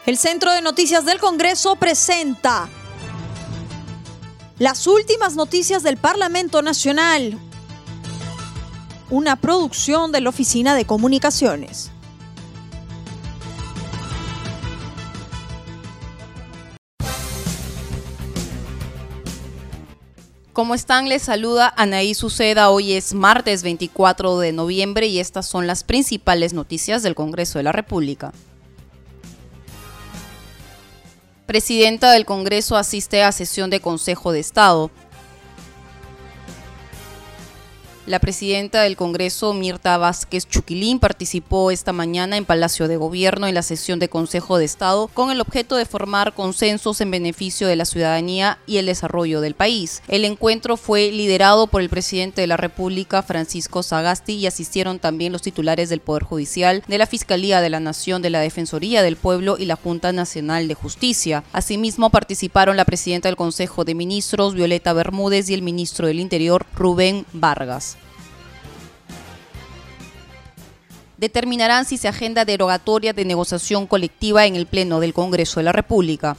El Centro de Noticias del Congreso presenta las últimas noticias del Parlamento Nacional, una producción de la Oficina de Comunicaciones. ¿Cómo están? Les saluda Anaís Uceda. Hoy es martes 24 de noviembre y estas son las principales noticias del Congreso de la República. Presidenta del Congreso asiste a sesión de Consejo de Estado. La presidenta del Congreso, Mirta Vázquez Chuquilín, participó esta mañana en Palacio de Gobierno en la sesión de Consejo de Estado con el objeto de formar consensos en beneficio de la ciudadanía y el desarrollo del país. El encuentro fue liderado por el presidente de la República, Francisco Sagasti, y asistieron también los titulares del Poder Judicial, de la Fiscalía de la Nación, de la Defensoría del Pueblo y la Junta Nacional de Justicia. Asimismo, participaron la presidenta del Consejo de Ministros, Violeta Bermúdez, y el ministro del Interior, Rubén Vargas. Determinarán si se agenda derogatoria de negociación colectiva en el Pleno del Congreso de la República.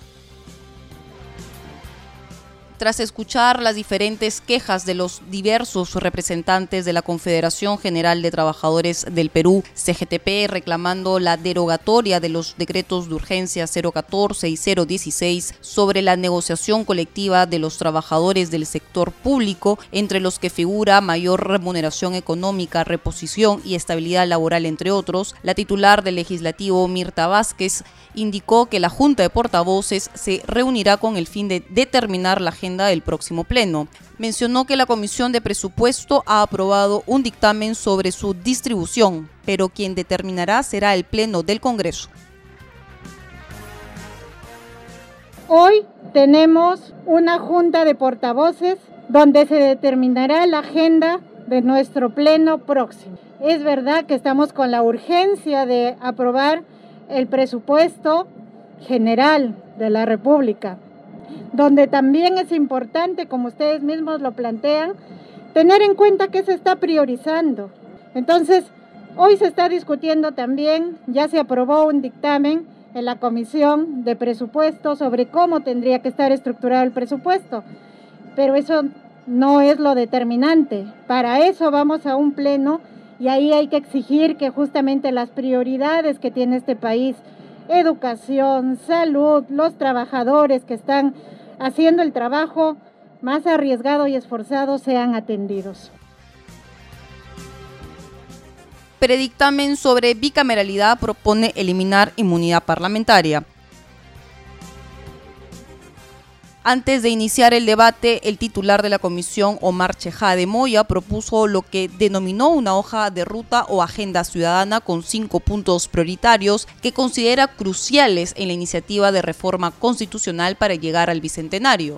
Tras escuchar las diferentes quejas de los diversos representantes de la Confederación General de Trabajadores del Perú, CGTP, reclamando la derogatoria de los decretos de urgencia 014 y 016 sobre la negociación colectiva de los trabajadores del sector público, entre los que figura mayor remuneración económica, reposición y estabilidad laboral, entre otros, la titular del Legislativo, Mirta Vázquez, indicó que la Junta de Portavoces se reunirá con el fin de determinar la agenda del próximo pleno. Mencionó que la Comisión de Presupuesto ha aprobado un dictamen sobre su distribución, pero quien determinará será el Pleno del Congreso. Hoy tenemos una Junta de Portavoces donde se determinará la agenda de nuestro pleno próximo. Es verdad que estamos con la urgencia de aprobar el presupuesto general de la República, donde también es importante, como ustedes mismos lo plantean, tener en cuenta qué se está priorizando. Entonces, hoy se está discutiendo también, ya se aprobó un dictamen en la Comisión de Presupuesto sobre cómo tendría que estar estructurado el presupuesto, pero eso no es lo determinante. Para eso vamos a un pleno y ahí hay que exigir que justamente las prioridades que tiene este país, educación, salud, los trabajadores que están haciendo el trabajo más arriesgado y esforzado sean atendidos. Predictamen sobre bicameralidad propone eliminar inmunidad parlamentaria. Antes de iniciar el debate, el titular de la comisión, Omar Chejade Moya, propuso lo que denominó una hoja de ruta o agenda ciudadana con 5 puntos prioritarios que considera cruciales en la iniciativa de reforma constitucional para llegar al bicentenario.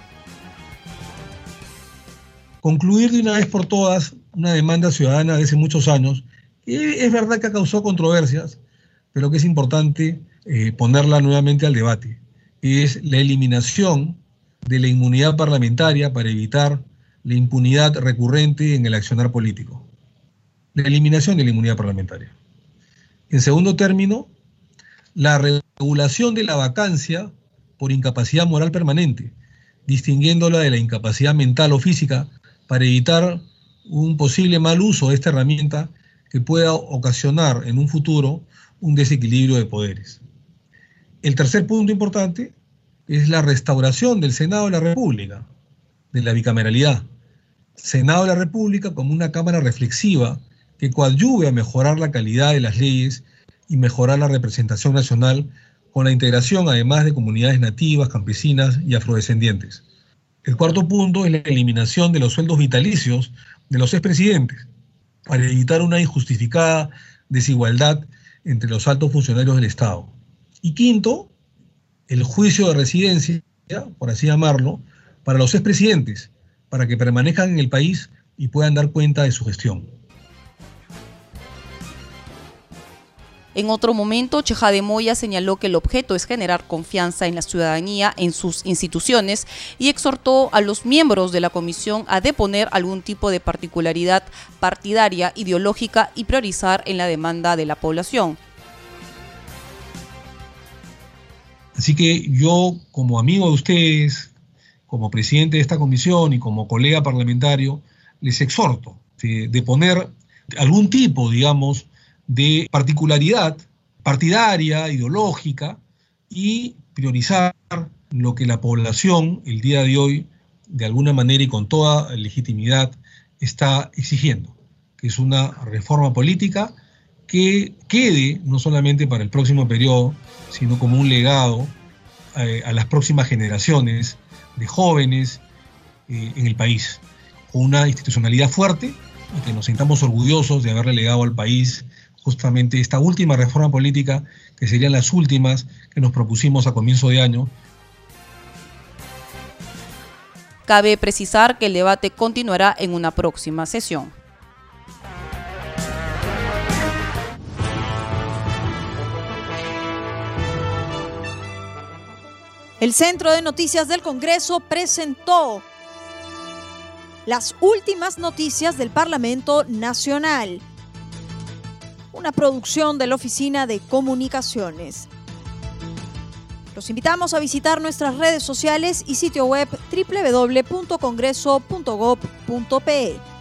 Concluir de una vez por todas una demanda ciudadana de hace muchos años, que es verdad que ha causado controversias, pero que es importante ponerla nuevamente al debate. Es la eliminación de la inmunidad parlamentaria para evitar la impunidad recurrente en el accionar político. La eliminación de la inmunidad parlamentaria. En segundo término, la regulación de la vacancia por incapacidad moral permanente, distinguiéndola de la incapacidad mental o física para evitar un posible mal uso de esta herramienta que pueda ocasionar en un futuro un desequilibrio de poderes. El tercer punto importante es la restauración del Senado de la República, de la bicameralidad. Senado de la República como una cámara reflexiva que coadyuve a mejorar la calidad de las leyes y mejorar la representación nacional con la integración además de comunidades nativas, campesinas y afrodescendientes. El cuarto punto es la eliminación de los sueldos vitalicios de los expresidentes para evitar una injustificada desigualdad entre los altos funcionarios del Estado. Y quinto, el juicio de residencia, por así llamarlo, para los expresidentes, para que permanezcan en el país y puedan dar cuenta de su gestión. En otro momento, Chejade Moya señaló que el objeto es generar confianza en la ciudadanía en sus instituciones y exhortó a los miembros de la comisión a deponer algún tipo de particularidad partidaria, ideológica y priorizar en la demanda de la población. Así que yo, como amigo de ustedes, como presidente de esta comisión y como colega parlamentario, les exhorto de poner algún tipo, digamos, de particularidad partidaria, ideológica, y priorizar lo que la población el día de hoy, de alguna manera y con toda legitimidad, está exigiendo, que es una reforma política que quede no solamente para el próximo periodo, sino como un legado a las próximas generaciones de jóvenes en el país, con una institucionalidad fuerte y que nos sintamos orgullosos de haberle legado al país justamente esta última reforma política, que serían las últimas que nos propusimos a comienzo de año. Cabe precisar que el debate continuará en una próxima sesión. El Centro de Noticias del Congreso presentó las últimas noticias del Parlamento Nacional, una producción de la Oficina de Comunicaciones. Los invitamos a visitar nuestras redes sociales y sitio web www.congreso.gov.pe.